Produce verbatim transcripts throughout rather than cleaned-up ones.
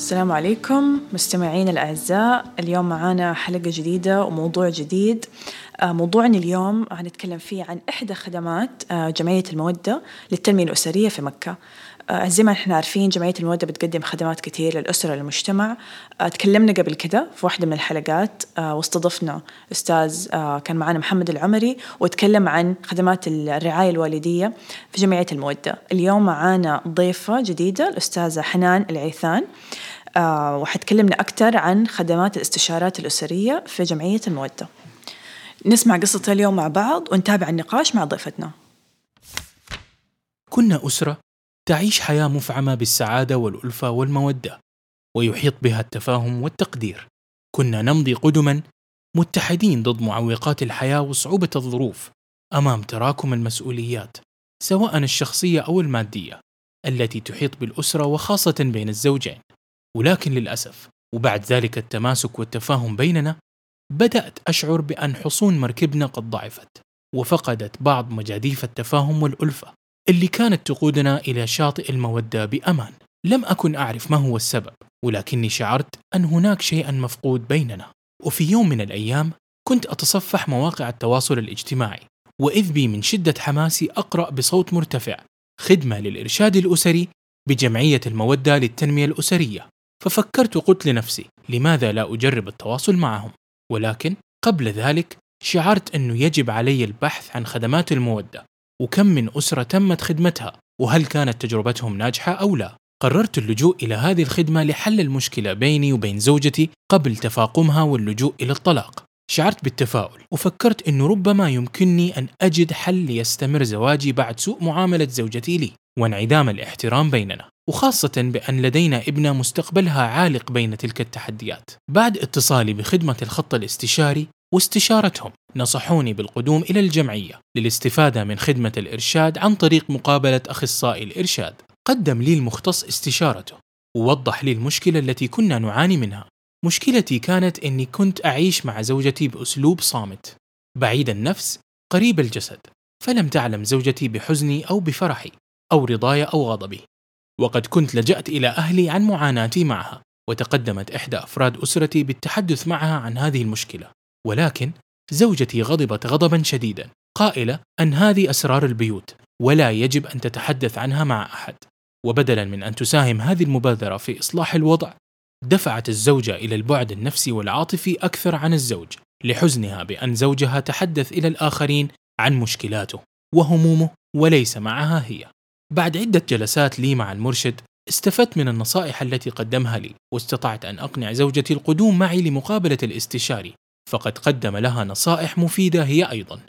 السلام عليكم مستمعين الأعزاء. اليوم معانا حلقة جديدة وموضوع جديد. موضوعنا اليوم هنتكلم فيه عن إحدى خدمات جمعية المودة للتنمية الأسرية في مكة. زي ما احنا عارفين جمعية المودة بتقدم خدمات كتير للأسرة والمجتمع. تكلمنا قبل كده في واحدة من الحلقات واستضفنا أستاذ كان معنا محمد العمري وتكلم عن خدمات الرعاية الوالدية في جمعية المودة. اليوم معانا ضيفة جديدة الأستاذة حنان العيثان وحتكلمنا أكتر عن خدمات الاستشارات الأسرية في جمعية المودة. نسمع قصة اليوم مع بعض ونتابع النقاش مع ضيفتنا. كنا أسرة تعيش حياة مفعمة بالسعادة والألفة والمودة، ويحيط بها التفاهم والتقدير. كنا نمضي قدما متحدين ضد معوقات الحياة وصعوبة الظروف أمام تراكم المسؤوليات سواء الشخصية أو المادية التي تحيط بالأسرة وخاصة بين الزوجين. ولكن للأسف وبعد ذلك التماسك والتفاهم بيننا بدأت أشعر بأن حصون مركبنا قد ضعفت وفقدت بعض مجاديف التفاهم والألفة اللي كانت تقودنا إلى شاطئ المودة بأمان. لم أكن أعرف ما هو السبب، ولكني شعرت أن هناك شيئا مفقود بيننا. وفي يوم من الأيام كنت أتصفح مواقع التواصل الاجتماعي، وإذ بي من شدة حماسي أقرأ بصوت مرتفع خدمة للإرشاد الأسري بجمعية المودة للتنمية الأسرية. ففكرت قلت لنفسي لماذا لا أجرب التواصل معهم؟ ولكن قبل ذلك شعرت أنه يجب علي البحث عن خدمات المودة وكم من أسرة تمت خدمتها، وهل كانت تجربتهم ناجحة أو لا. قررت اللجوء إلى هذه الخدمة لحل المشكلة بيني وبين زوجتي قبل تفاقمها واللجوء إلى الطلاق. شعرت بالتفاؤل وفكرت أنه ربما يمكنني أن أجد حل ليستمر زواجي بعد سوء معاملة زوجتي لي وانعدام الاحترام بيننا، وخاصة بأن لدينا ابنة مستقبلها عالق بين تلك التحديات. بعد اتصالي بخدمة الخط الاستشاري واستشارتهم نصحوني بالقدوم إلى الجمعية للاستفادة من خدمة الإرشاد عن طريق مقابلة أخصائي الإرشاد. قدم لي المختص استشارته ووضح لي المشكلة التي كنا نعاني منها. مشكلتي كانت أني كنت أعيش مع زوجتي بأسلوب صامت بعيد النفس قريب الجسد، فلم تعلم زوجتي بحزني أو بفرحي أو رضاي أو غضبي. وقد كنت لجأت إلى أهلي عن معاناتي معها، وتقدمت إحدى أفراد أسرتي بالتحدث معها عن هذه المشكلة، ولكن زوجتي غضبت غضبا شديدا قائلة أن هذه أسرار البيوت ولا يجب أن تتحدث عنها مع أحد. وبدلا من أن تساهم هذه المبادرة في إصلاح الوضع، دفعت الزوجة إلى البعد النفسي والعاطفي أكثر عن الزوج لحزنها بأن زوجها تحدث إلى الآخرين عن مشكلاته وهمومه وليس معها هي. بعد عدة جلسات لي مع المرشد استفدت من النصائح التي قدمها لي، واستطعت أن أقنع زوجتي القدوم معي لمقابلة الاستشاري، فقد قدم لها نصائح مفيدة هي أيضا.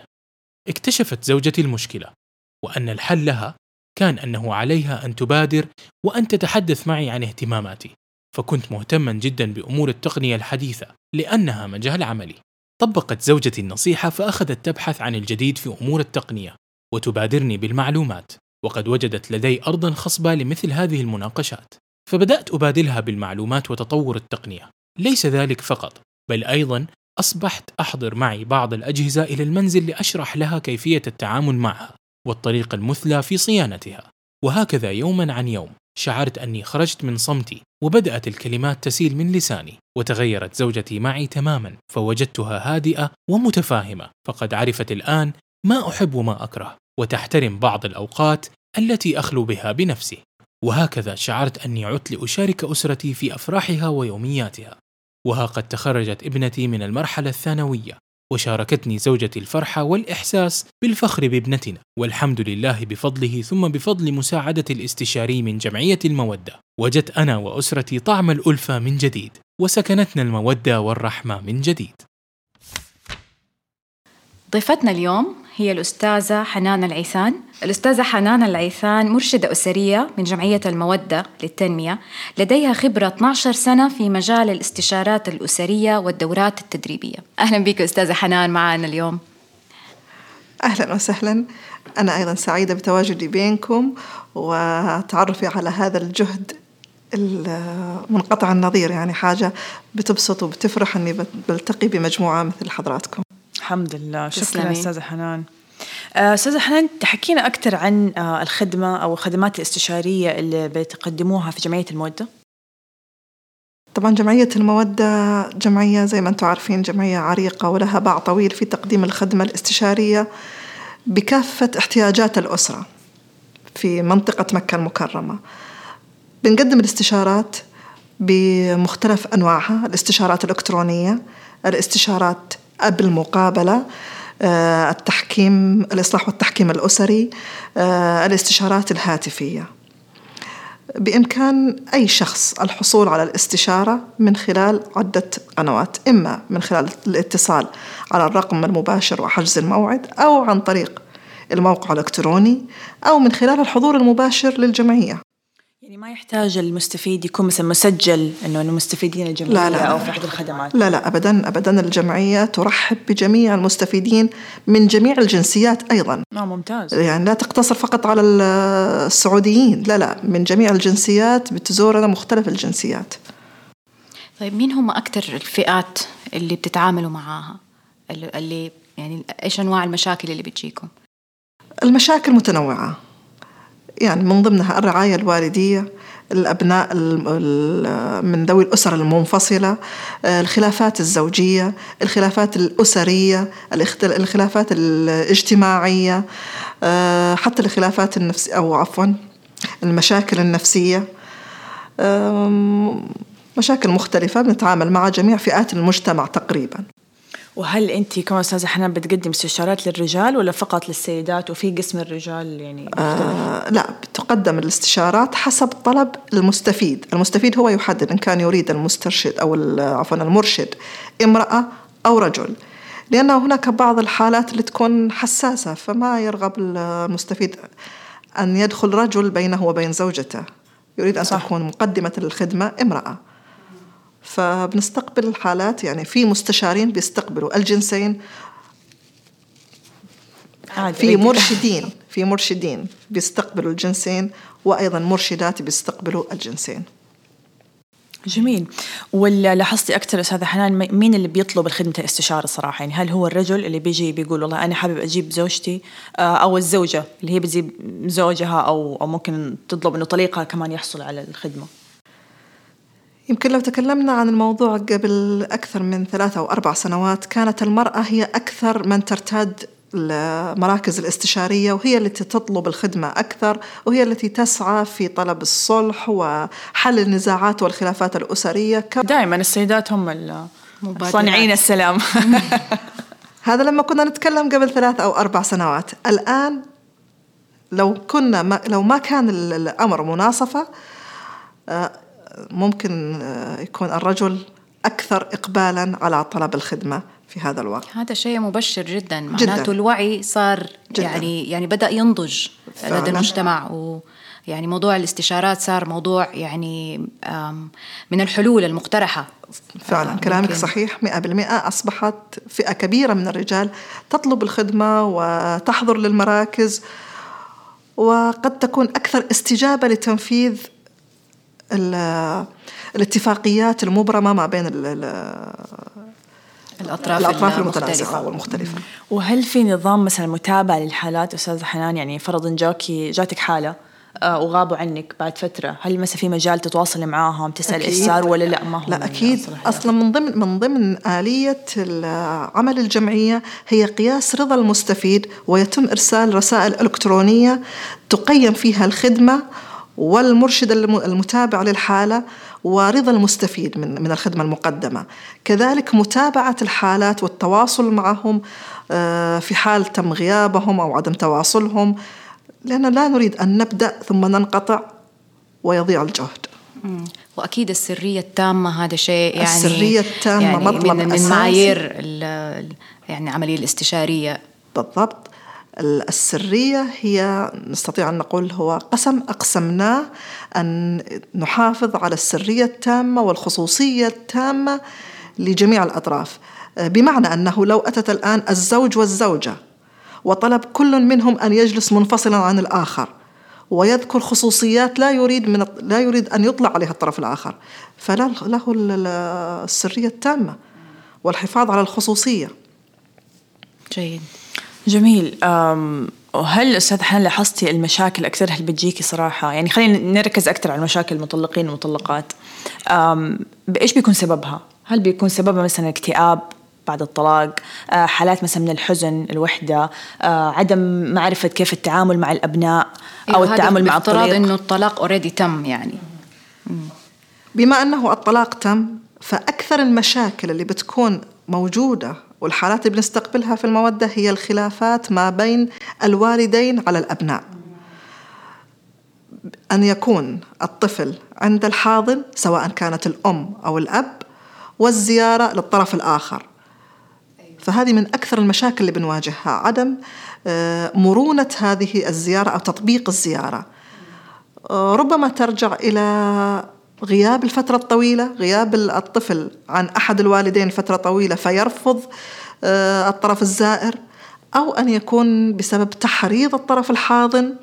اكتشفت زوجتي المشكلة وأن الحل لها كان أنه عليها أن تبادر وأن تتحدث معي عن اهتماماتي، فكنت مهتما جدا بأمور التقنية الحديثة لأنها مجال عملي. طبقت زوجتي النصيحة فأخذت تبحث عن الجديد في أمور التقنية وتبادرني بالمعلومات، وقد وجدت لدي أرضا خصبة لمثل هذه المناقشات، فبدأت أبادلها بالمعلومات وتطور التقنية. ليس ذلك فقط، بل أيضا أصبحت أحضر معي بعض الأجهزة إلى المنزل لأشرح لها كيفية التعامل معها والطريقة المثلى في صيانتها. وهكذا يوما عن يوم شعرت أني خرجت من صمتي وبدأت الكلمات تسيل من لساني، وتغيرت زوجتي معي تماما، فوجدتها هادئة ومتفاهمة، فقد عرفت الآن ما أحب وما أكره، وتحترم بعض الأوقات التي أخلو بها بنفسي. وهكذا شعرت أني عدت لأشارك أسرتي في أفراحها ويومياتها. وها قد تخرجت ابنتي من المرحلة الثانوية، وشاركتني زوجتي الفرحة والإحساس بالفخر بابنتنا، والحمد لله بفضله ثم بفضل مساعدة الاستشاري من جمعية المودة وجدت أنا وأسرتي طعم الألفة من جديد، وسكنتنا المودة والرحمة من جديد. ضيفتنا اليوم هي الأستاذة حنان العيثان. الأستاذة حنان العيثان مرشدة أسرية من جمعية المودة للتنمية، لديها خبرة اثنتي عشرة سنة في مجال الاستشارات الأسرية والدورات التدريبية. أهلا بك أستاذة حنان معنا اليوم. أهلا وسهلا، أنا أيضا سعيدة بتواجدي بينكم وتعرفي على هذا الجهد المنقطع النظير، يعني حاجة بتبسط وبتفرح أني بلتقي بمجموعة مثل حضراتكم. الحمد لله، شكرا أستاذة حنان. أستاذة حنان، تحكينا أكثر عن الخدمة أو الخدمات الاستشارية اللي بتقدموها في جمعية المودة. طبعا جمعية المودة جمعية زي ما أنتم عارفين جمعية عريقة ولها باع طويل في تقديم الخدمة الاستشارية بكافة احتياجات الأسرة في منطقة مكة المكرمة. بنقدم الاستشارات بمختلف أنواعها، الاستشارات الإلكترونية، الاستشارات بالمقابلة، التحكيم الإصلاح والتحكيم الأسري، الاستشارات الهاتفية. بإمكان أي شخص الحصول على الاستشارة من خلال عدة قنوات، إما من خلال الاتصال على الرقم المباشر وحجز الموعد، أو عن طريق الموقع الإلكتروني، أو من خلال الحضور المباشر للجمعية. يعني ما يحتاج المستفيد يكون مثلا مسجل إنه أنه مستفيدين الجمعية لا لا أو في أحد الخدمات. لا لا أبدا أبدا، الجمعية ترحب بجميع المستفيدين من جميع الجنسيات أيضا. آه ممتاز. يعني لا تقتصر فقط على السعوديين، لا لا، من جميع الجنسيات بتزورنا مختلف الجنسيات. طيب مين هم أكتر الفئات اللي بتتعاملوا معاها، اللي يعني إيش أنواع المشاكل اللي بتجيكم؟ المشاكل متنوعة، يعني من ضمنها الرعاية الوالدية، الأبناء من ذوي الأسر المنفصلة، الخلافات الزوجية، الخلافات الأسرية، الخلافات الاجتماعية، حتى الخلافات النفسية أو عفوا المشاكل النفسية، مشاكل مختلفة. بنتعامل مع جميع فئات المجتمع تقريبا. وهل أنت كمان أستاذة حنان بتقدم استشارات للرجال ولا فقط للسيدات وفي قسم الرجال يعني مختلف؟ آه لا، بتقدم الاستشارات حسب طلب المستفيد. المستفيد هو يحدد إن كان يريد المسترشد أو عفوا المرشد امرأة أو رجل، لأنه هناك بعض الحالات اللي تكون حساسة، فما يرغب المستفيد أن يدخل رجل بينه وبين زوجته، يريد أن صح. تكون مقدمة الخدمة امرأة. فبنستقبل الحالات، يعني في مستشارين بيستقبلوا الجنسين، في مرشدين في مرشدين بيستقبلوا الجنسين، وأيضا مرشدات بيستقبلوا الجنسين. جميل. ولا لاحظتي أكثر أستاذة حنان مين اللي بيطلب الخدمة الاستشارة صراحة؟ يعني هل هو الرجل اللي بيجي بيقول والله أنا حابب أجيب زوجتي، أو الزوجة اللي هي بتجيب زوجها، أو أو ممكن تطلب إنه طليقها كمان يحصل على الخدمة؟ يمكن لو تكلمنا عن الموضوع قبل أكثر من ثلاثة أو أربع سنوات، كانت المرأة هي أكثر من ترتاد المراكز الاستشارية، وهي التي تطلب الخدمة أكثر، وهي التي تسعى في طلب الصلح وحل النزاعات والخلافات الأسرية. دائما السيدات هم صانعين السلام. هذا لما كنا نتكلم قبل ثلاث أو أربع سنوات. الآن لو كنا ما لو ما كان الأمر مناصفة، ممكن يكون الرجل أكثر إقبالاً على طلب الخدمة في هذا الوقت. هذا شيء مبشر جداً، معناته جداً. الوعي صار جداً. يعني يعني بدأ ينضج لدى المجتمع، ويعني موضوع الاستشارات صار موضوع يعني من الحلول المقترحة. فعلاً كلامك صحيح مئة بالمئة. أصبحت فئة كبيرة من الرجال تطلب الخدمة وتحضر للمراكز، وقد تكون أكثر استجابة لتنفيذ الاتفاقيات المبرمة ما بين الأطراف, الأطراف المتنازعة والمختلفة. وهل في نظام مثلا متابعة للحالات أستاذة حنان؟ يعني فرضاً جاكي جاتك حالة وغابوا عنك بعد فترة، هل مثلا في مجال تتواصل معاهم تسأل إيش صار ولا لا؟ ما هو لا أكيد. أصلا من ضمن من ضمن آلية عمل الجمعية هي قياس رضا المستفيد، ويتم إرسال رسائل إلكترونية تقيم فيها الخدمة والمرشد المتابع للحالة ورضا المستفيد من من الخدمة المقدمة. كذلك متابعة الحالات والتواصل معهم في حال تم غيابهم أو عدم تواصلهم، لأن لا نريد أن نبدأ ثم ننقطع ويضيع الجهد. وأكيد السرية التامة هذا شيء يعني السرية التامة يعني مطلب من أساسي، من معايير يعني عملية الاستشارية. بالضبط. السرية هي نستطيع أن نقول هو قسم أقسمناه أن نحافظ على السرية التامة والخصوصية التامة لجميع الأطراف، بمعنى أنه لو أتت الآن الزوج والزوجة وطلب كل منهم أن يجلس منفصلا عن الآخر ويذكر خصوصيات لا يريد من لا يريد أن يطلع عليها الطرف الآخر، فله له السرية التامة والحفاظ على الخصوصية. جيد. جميل. وهل أستاذ حنان لاحظتي المشاكل أكثرها اللي بتجيكي صراحة؟ يعني خلينا نركز أكثر على مشاكل المطلقين والمطلقات. بإيش بيكون سببها؟ هل بيكون سببها مثلا اكتئاب بعد الطلاق، حالات مثلا من الحزن، الوحدة، عدم معرفة كيف التعامل مع الأبناء أو التعامل مع الطلاق؟ افتراض إنه الطلاق أوريدي تم يعني. بما أنه الطلاق تم، فأكثر المشاكل اللي بتكون موجودة والحالات اللي بنستقبلها في المودة هي الخلافات ما بين الوالدين على الأبناء. أن يكون الطفل عند الحاضن سواء كانت الأم أو الأب، والزيارة للطرف الآخر. فهذه من أكثر المشاكل اللي بنواجهها، عدم مرونة هذه الزيارة أو تطبيق الزيارة. ربما ترجع إلى غياب الفترة الطويلة، غياب الطفل عن أحد الوالدين فترة طويلة فيرفض الطرف الزائر، أو أن يكون بسبب تحريض الطرف الحاضن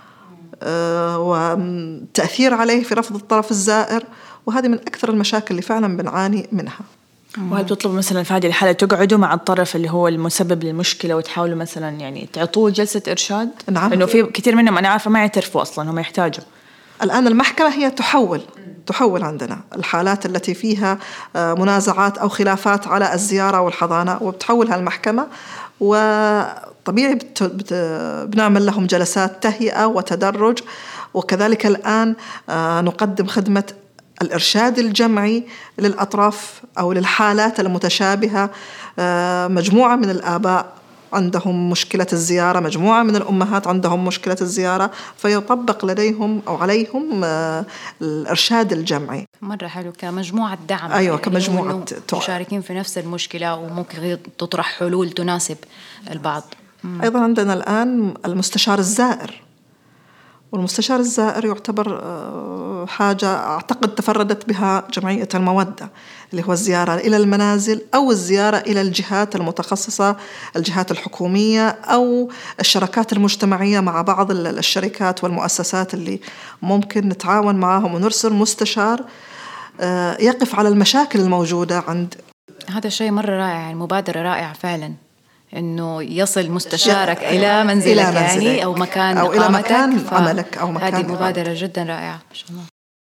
وتأثير عليه في رفض الطرف الزائر. وهذه من أكثر المشاكل اللي فعلا بنعاني منها. وهل تطلب مثلا في هذه الحالة تقعدوا مع الطرف اللي هو المسبب للمشكلة وتحاولوا مثلا يعني تعطوه جلسة إرشاد؟ نعم. إنه في كثير منهم أنا عارفة ما يعترفوا أصلا، هم يحتاجوا. الآن المحكمة هي تحول تحول عندنا الحالات التي فيها منازعات أو خلافات على الزيارة والحضانة، وبتحولها المحكمة، وطبيعي بت... بت... بنعمل لهم جلسات تهيئة وتدرج. وكذلك الآن نقدم خدمة الإرشاد الجمعي للأطراف أو للحالات المتشابهة. مجموعة من الآباء عندهم مشكلة الزيارة، مجموعة من الأمهات عندهم مشكلة الزيارة، فيطبق لديهم أو عليهم الإرشاد الجمعي. مرة حلو كمجموعة دعم. أيوة يعني كمجموعة مشاركين في نفس المشكلة وممكن تطرح حلول تناسب البعض. مم. أيضا عندنا الآن المستشار الزائر، والمستشار الزائر يعتبر حاجة أعتقد تفردت بها جمعية المودة، اللي هو الزيارة إلى المنازل أو الزيارة إلى الجهات المتخصصة، الجهات الحكومية أو الشركات المجتمعية مع بعض الشركات والمؤسسات اللي ممكن نتعاون معهم ونرسل مستشار يقف على المشاكل الموجودة عند. هذا شيء مرة رائع، يعني مبادرة رائعة فعلا، إنه يصل مستشارك إلى منزلك إلى يعني أو مكان أو إلى مكان عملك أو مكان. هذه مبادرة جدا رائعة ما شاء الله.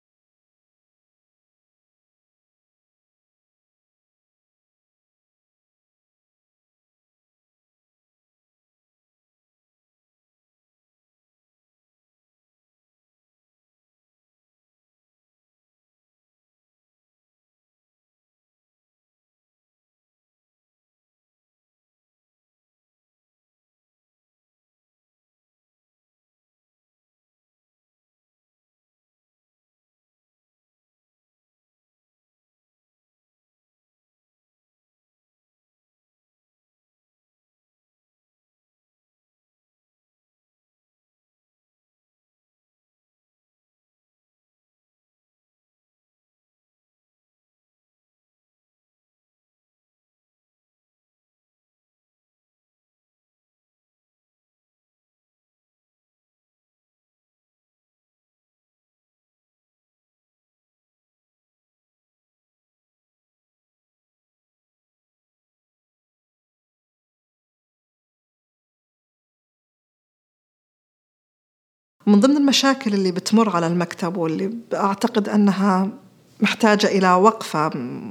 من ضمن المشاكل اللي بتمر على المكتب واللي أعتقد أنها محتاجة إلى وقفة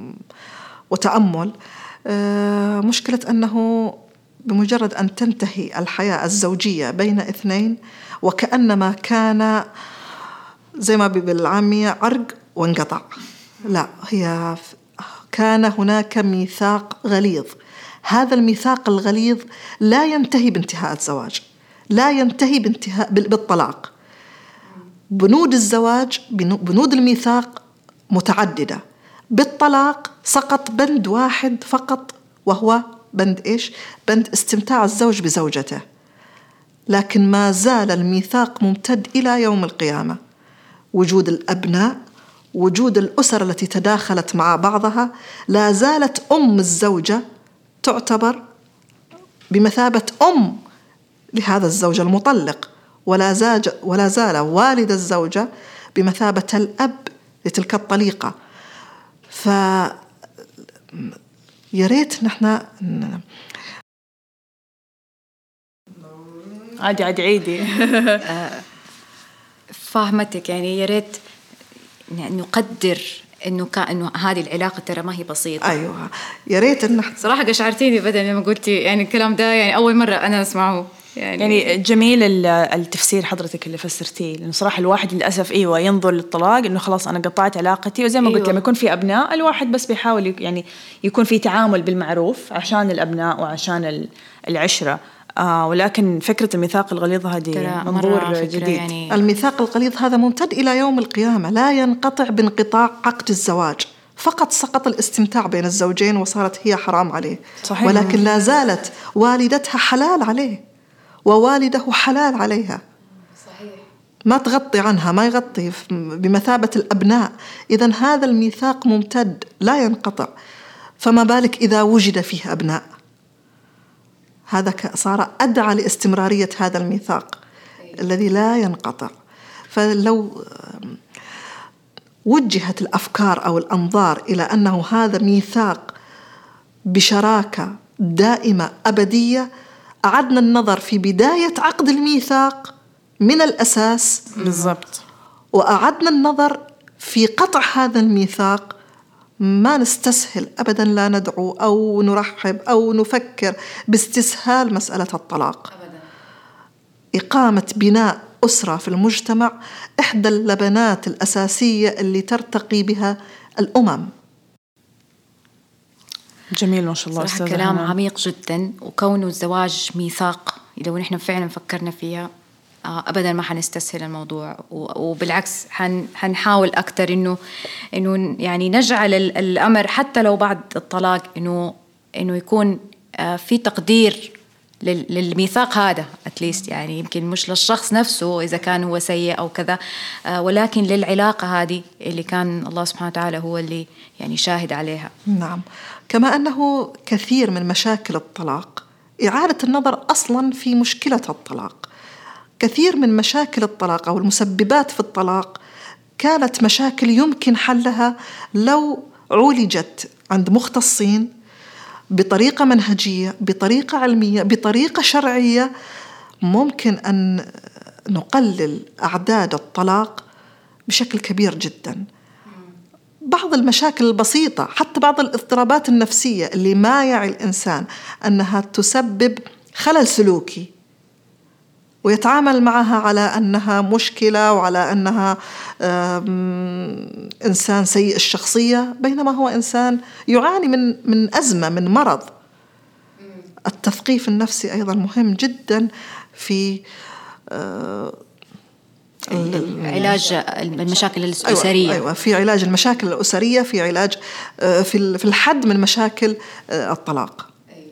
وتأمل، مشكلة أنه بمجرد أن تنتهي الحياة الزوجية بين اثنين وكأنما كان زي ما بالعامية عرق وانقطع. لا، هي كان هناك ميثاق غليظ. هذا الميثاق الغليظ لا ينتهي بانتهاء الزواج، لا ينتهي بانتهاء بالطلاق. بنود الزواج، بنود الميثاق متعددة. بالطلاق سقط بند واحد فقط، وهو بند إيش؟ بند استمتاع الزوج بزوجته. لكن ما زال الميثاق ممتد إلى يوم القيامة. وجود الأبناء، وجود الأسر التي تداخلت مع بعضها، لا زالت أم الزوجة تعتبر بمثابة أم لهذا الزوج المطلق، ولا زال ولا زال والد الزوجة بمثابة الأب لتلك الطليقة. ف يا ريت نحن عادي عادي عيدي. فاهمتك، يعني يا ريت نقدر إنه كا إنه هذه العلاقة ترى ما هي بسيطة. أيوة يا ريت إن صراحة قشعرتيني بدل لما قلتي يعني الكلام ده، يعني أول مرة أنا أسمعه. يعني, يعني جميل التفسير حضرتك اللي فسرتيه، لأنه صراحة الواحد للأسف أيوة ينظر للطلاق إنه خلاص أنا قطعت علاقتي، وزي ما أيوة. قلت لما يكون في أبناء الواحد بس بيحاول يعني يكون في تعامل بالمعروف عشان الأبناء وعشان العشرة. آه ولكن فكرة الميثاق الغليظ هذه منظور جديد. يعني الميثاق الغليظ هذا ممتد إلى يوم القيامة، لا ينقطع بانقطاع عقد الزواج، فقط سقط الاستمتاع بين الزوجين وصارت هي حرام عليه. صحيح. ولكن لا زالت والدتها حلال عليه ووالده حلال عليها. صحيح. ما تغطي عنها، ما يغطي بمثابة الأبناء. إذن هذا الميثاق ممتد لا ينقطع، فما بالك إذا وجد فيه أبناء؟ هذا صار أدعى لاستمرارية هذا الميثاق الذي لا ينقطع. فلو وجهت الأفكار أو الأنظار إلى أنه هذا ميثاق بشراكة دائمة أبدية، أعدنا النظر في بداية عقد الميثاق من الأساس بالضبط، وأعدنا النظر في قطع هذا الميثاق، ما نستسهل أبدا، لا ندعو أو نرحب أو نفكر باستسهال مسألة الطلاق أبدا. إقامة بناء أسرة في المجتمع إحدى اللبنات الأساسية اللي ترتقي بها الأمم. جميل ما شاء الله. صراحة كلام عميق جدا، وكونه الزواج ميثاق لو نحن فعلا فكرنا فيها أبدا ما حنستسهل الموضوع، وبالعكس حن حنحاول أكتر إنه إنه يعني نجعل الأمر حتى لو بعد الطلاق إنه إنه يكون في تقدير للميثاق هذا أتليست، يعني يمكن مش للشخص نفسه إذا كان هو سيء أو كذا، ولكن للعلاقة هذه اللي كان الله سبحانه وتعالى هو اللي يعني شاهد عليها. نعم. كما أنه كثير من مشاكل الطلاق إعادة النظر أصلا في مشكلة الطلاق. كثير من مشاكل الطلاق أو المسببات في الطلاق كانت مشاكل يمكن حلها لو عولجت عند مختصين بطريقة منهجية، بطريقة علمية، بطريقة شرعية. ممكن أن نقلل أعداد الطلاق بشكل كبير جدا. بعض المشاكل البسيطة، حتى بعض الاضطرابات النفسية اللي ما يعي الإنسان أنها تسبب خلل سلوكي ويتعامل معها على أنها مشكلة وعلى أنها إنسان سيء الشخصية، بينما هو إنسان يعاني من من أزمة، من مرض. التثقيف النفسي أيضا مهم جدا في علاج المشاكل الأسرية. أيوة, أيوة في علاج المشاكل الأسرية، في علاج في في الحد من مشاكل الطلاق.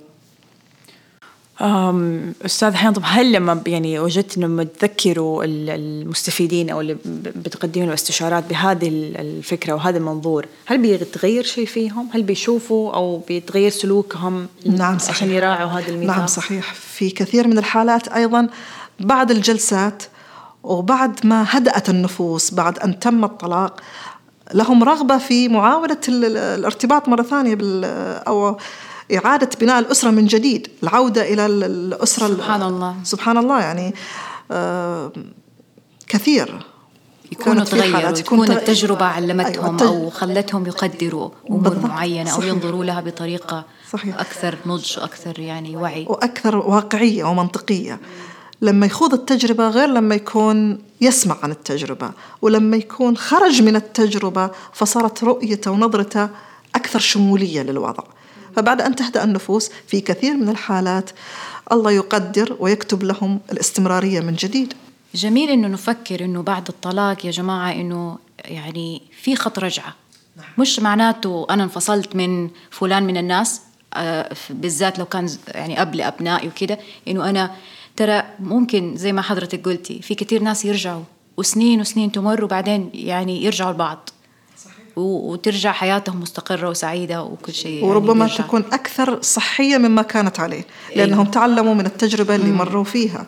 أستاذ حنان، طب هل لما يعني وجدت إنه تذكروا المستفيدين أو اللي بتقدموا الاستشارات بهذه الفكرة وهذا المنظور، هل بيتغير شيء فيهم؟ هل بيشوفوا أو بيتغير سلوكهم؟ نعم عشان يراعوا هذا الميثاق؟ نعم صحيح. في كثير من الحالات أيضا بعد الجلسات وبعد ما هدأت النفوس بعد أن تم الطلاق، لهم رغبة في معاولة الارتباط مرة ثانية بال أو إعادة بناء الأسرة من جديد، العودة إلى الأسرة. سبحان الله سبحان الله. يعني آه كثير يكونوا تغيروا، تكون التجربة علمتهم أيوة التج... أو خلتهم يقدروا أمور معينة أو ينظروا لها بطريقة صحيح. أكثر نضج وأكثر يعني وعي وأكثر واقعية ومنطقية. لما يخوض التجربة غير لما يكون يسمع عن التجربة، ولما يكون خرج من التجربة فصارت رؤيته ونظرته أكثر شمولية للوضع. فبعد أن تهدأ النفوس في كثير من الحالات الله يقدر ويكتب لهم الاستمرارية من جديد. جميل إنه نفكر إنه بعد الطلاق يا جماعة إنه يعني في خط رجعة، مش معناته أنا انفصلت من فلان من الناس، بالذات لو كان يعني قبل أبنائي وكده، إنه أنا ترى ممكن زي ما حضرتك قلتي في كتير ناس يرجعوا وسنين وسنين تمر وبعدين يعني يرجعوا لبعض وترجع حياتهم مستقرة وسعيدة وكل شيء، وربما يعني تكون أكثر صحية مما كانت عليه لأنهم أيوه. تعلموا من التجربة اللي مروا فيها.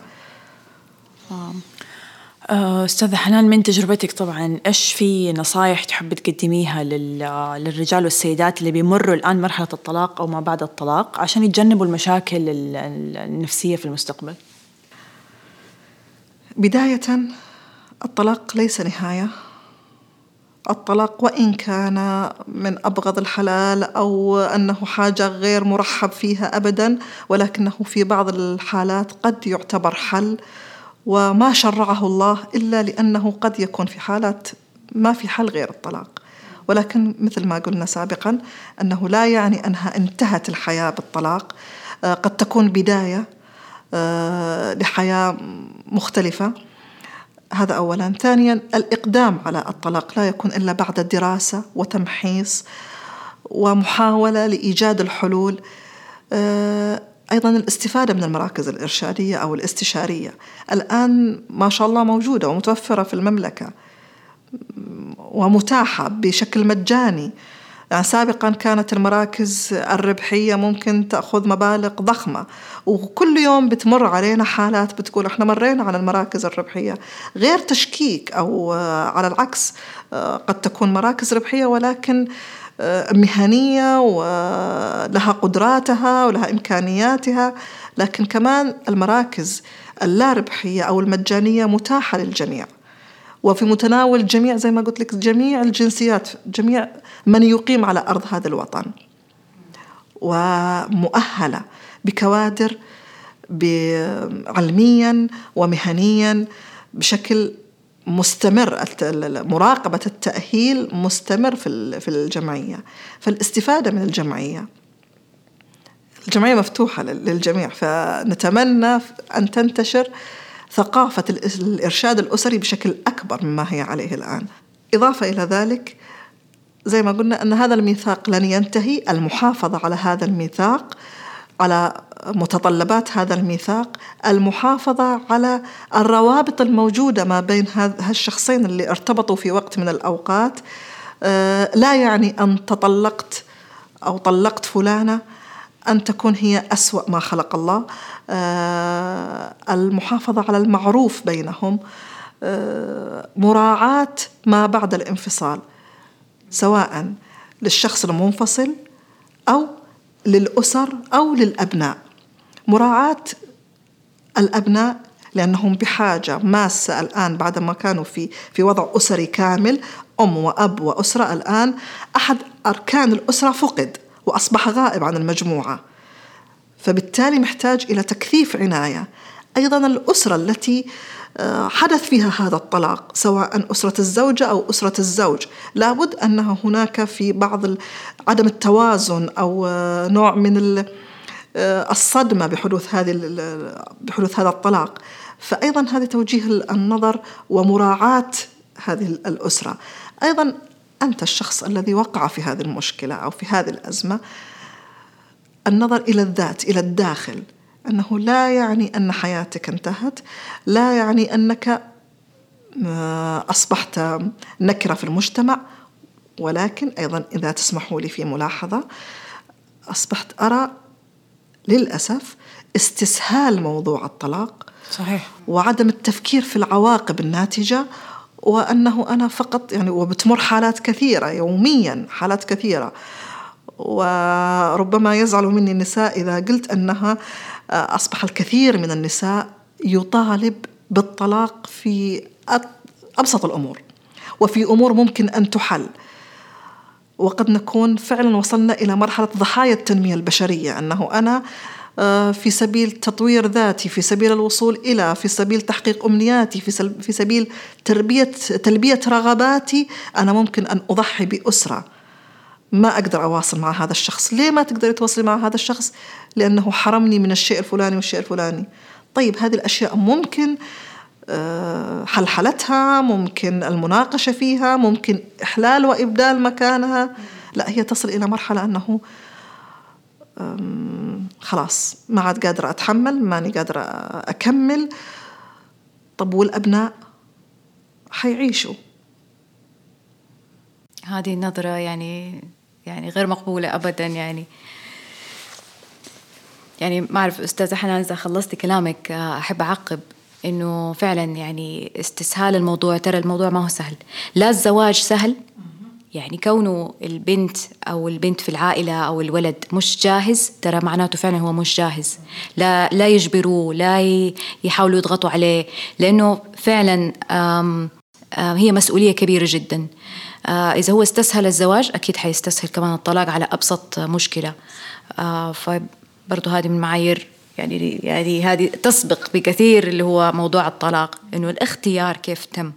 أستاذة حنان، من تجربتك طبعا إيش في نصايح تحب تقدميها للرجال والسيدات اللي بيمروا الآن مرحلة الطلاق أو ما بعد الطلاق عشان يتجنبوا المشاكل النفسية في المستقبل؟ بداية الطلاق ليس نهاية. الطلاق وإن كان من أبغض الحلال أو أنه حاجة غير مرحب فيها أبدا، ولكنه في بعض الحالات قد يعتبر حل، وما شرعه الله إلا لأنه قد يكون في حالات ما في حل غير الطلاق. ولكن مثل ما قلنا سابقا أنه لا يعني أنها انتهت الحياة بالطلاق، قد تكون بداية لحياة مختلفة. هذا أولا. ثانيا، الإقدام على الطلاق لا يكون إلا بعد دراسة وتمحيص ومحاولة لإيجاد الحلول. أيضا الاستفادة من المراكز الإرشادية أو الاستشارية الآن ما شاء الله موجودة ومتوفرة في المملكة ومتاحة بشكل مجاني. يعني سابقا كانت المراكز الربحية ممكن تأخذ مبالغ ضخمة، وكل يوم بتمر علينا حالات بتقول احنا مرينا على المراكز الربحية، غير تشكيك أو على العكس قد تكون مراكز ربحية ولكن مهنية ولها قدراتها ولها إمكانياتها، لكن كمان المراكز اللا ربحية أو المجانية متاحة للجميع وفي متناول الجميع، زي ما قلت لك جميع الجنسيات، جميع من يقيم على أرض هذا الوطن، ومؤهلة بكوادر علميا ومهنيا بشكل مستمر. مراقبة التأهيل مستمر في الجمعية، فالاستفادة من الجمعية الجمعية مفتوحة للجميع، فنتمنى أن تنتشر ثقافة الإرشاد الأسري بشكل أكبر مما هي عليه الآن. إضافة إلى ذلك زي ما قلنا أن هذا الميثاق لن ينتهي، المحافظة على هذا الميثاق، على متطلبات هذا الميثاق، المحافظة على الروابط الموجودة ما بين هالشخصين اللي ارتبطوا في وقت من الأوقات. لا يعني أن تطلقت أو طلقت فلانة أن تكون هي أسوأ ما خلق الله. المحافظة على المعروف بينهم، مراعاة ما بعد الانفصال سواء للشخص المنفصل أو للأسر أو للأبناء. مراعاة الأبناء لأنهم بحاجة ماسة الآن بعد ما كانوا في في وضع أسري كامل، أم وأب وأسرة، الآن أحد أركان الأسرة فقد وأصبح غائب عن المجموعة، فبالتالي محتاج إلى تكثيف عناية. أيضا الأسرة التي حدث فيها هذا الطلاق سواء أسرة الزوجة أو أسرة الزوج، لابد أنه هناك في بعض عدم التوازن أو نوع من الصدمة بحدوث هذه بحدوث هذا الطلاق. فأيضا هذا توجيه النظر ومراعاة هذه الأسرة. أيضا أنت الشخص الذي وقع في هذه المشكلة أو في هذه الأزمة، النظر إلى الذات، إلى الداخل، أنه لا يعني أن حياتك انتهت، لا يعني أنك أصبحت نكرة في المجتمع، ولكن أيضا إذا تسمحوا لي في ملاحظة، أصبحت أرى للأسف استسهال موضوع الطلاق، صحيح، وعدم التفكير في العواقب الناتجة، وأنه أنا فقط يعني، وبتمر حالات كثيرة يوميا، حالات كثيرة، وربما يزعل مني النساء إذا قلت أنها أصبح الكثير من النساء يطالب بالطلاق في أبسط الأمور وفي أمور ممكن أن تحل، وقد نكون فعلا وصلنا إلى مرحلة ضحايا التنمية البشرية، أنه أنا في سبيل تطوير ذاتي، في سبيل الوصول إلى، في سبيل تحقيق أمنياتي، في سبيل تربية تلبية رغباتي، أنا ممكن أن أضحي بأسرة. ما أقدر أواصل مع هذا الشخص. ليه ما تقدر تواصل مع هذا الشخص؟ لأنه حرمني من الشيء الفلاني والشيء الفلاني. طيب هذه الأشياء ممكن حلحلتها، ممكن المناقشة فيها، ممكن إحلال وإبدال مكانها. لا، هي تصل إلى مرحلة أنه خلاص ما عاد قادرة أتحمل، ماني قادرة أكمل. طب والأبناء حيعيشوا؟ هذه النظرة يعني يعني غير مقبولة أبدا. يعني يعني ما أعرف أستاذة حنان إذا خلصتي كلامك أحب أعقب إنه فعلا يعني استسهال الموضوع، ترى الموضوع ما هو سهل. لا الزواج سهل يعني كونه البنت أو البنت في العائلة أو الولد مش جاهز، ترى معناته فعلا هو مش جاهز. لا لا يجبروه، لا يحاولوا يضغطوا عليه، لأنه فعلا آم آم هي مسؤولية كبيرة جدا. إذا هو استسهل الزواج أكيد حيستسهل كمان الطلاق على أبسط مشكلة. فبرضو هذه من معايير يعني يعني هذه تسبق بكثير اللي هو موضوع الطلاق، إنه الاختيار كيف تم.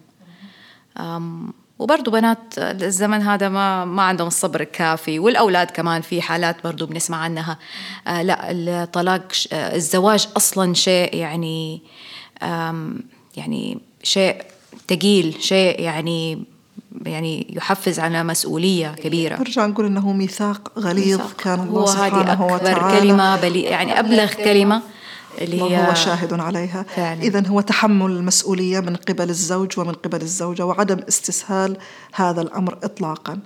وبرضو بنات الزمن هذا ما ما عندهم الصبر الكافي، والأولاد كمان في حالات برضو بنسمع عنها. آه لا الطلاق الزواج أصلا شيء يعني يعني شيء ثقيل، شيء يعني يعني يحفز على مسؤولية كبيرة. برجع نقول إنه ميثاق غليظ كان الله سبحانه وتعالى أكبر كلمة بلي يعني أبلغ كلمة اللي هي هو شاهد عليها. إذن هو تحمل المسؤولية من قبل الزوج ومن قبل الزوجة، وعدم استسهال هذا الأمر إطلاقا.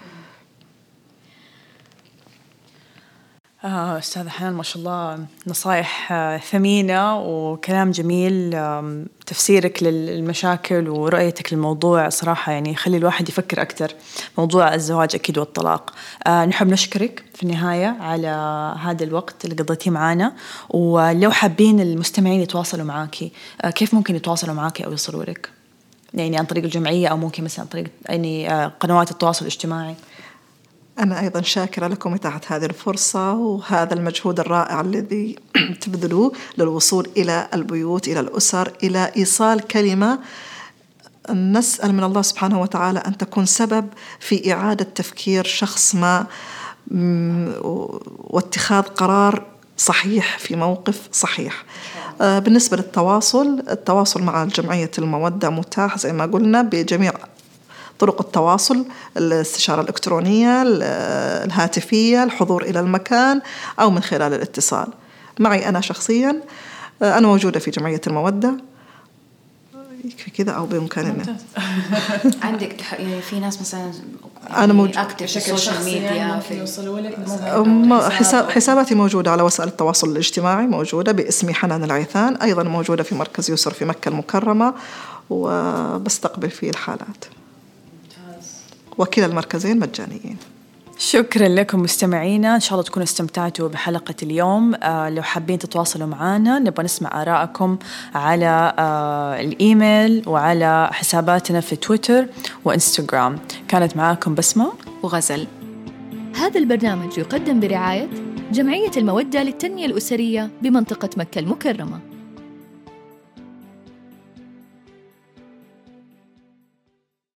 آه أستاذة حنان ما شاء الله نصائح آه ثمينة وكلام جميل. آه تفسيرك للمشاكل ورؤيتك للموضوع صراحة يعني يخلي الواحد يفكر أكتر موضوع الزواج أكيد والطلاق. آه نحب نشكرك في النهاية على هذا الوقت اللي قضيتيه معنا، ولو حابين المستمعين يتواصلوا معاكي آه كيف ممكن يتواصلوا معاكي أو يصلوا لك؟ يعني عن طريق الجمعية أو ممكن مثلا عن طريق يعني آه قنوات التواصل الاجتماعي. أنا أيضا شاكرة لكم إتاحة هذه الفرصة وهذا المجهود الرائع الذي تبذلوه للوصول إلى البيوت، إلى الأسر، إلى إيصال كلمة. نسأل من الله سبحانه وتعالى أن تكون سبب في إعادة تفكير شخص ما واتخاذ قرار صحيح في موقف صحيح. بالنسبة للتواصل، التواصل مع جمعية المودة متاح زي ما قلنا بجميع طرق التواصل، الاستشارة الإلكترونية، الهاتفية، الحضور إلى المكان، أو من خلال الاتصال. معي أنا شخصيا أنا موجودة في جمعية المودة، يكفي كذا أو بإمكاننا. عندك يعني في ناس مثلا أنا موجودة في السوشيال ميديا في حساب حساباتي موجودة على وسائل التواصل الاجتماعي، موجودة باسمي حنان العيثان، أيضا موجودة في مركز يسر في مكة المكرمة وبستقبل فيه الحالات، وكلا المركزين مجانيين. شكرا لكم مستمعينا، إن شاء الله تكونوا استمتعتوا بحلقة اليوم. آه لو حابين تتواصلوا معنا نبغى نسمع آراءكم على آه الإيميل وعلى حساباتنا في تويتر وإنستغرام. كانت معاكم بسمة وغزل. هذا البرنامج يقدم برعاية جمعية المودة للتنمية الأسرية بمنطقة مكة المكرمة.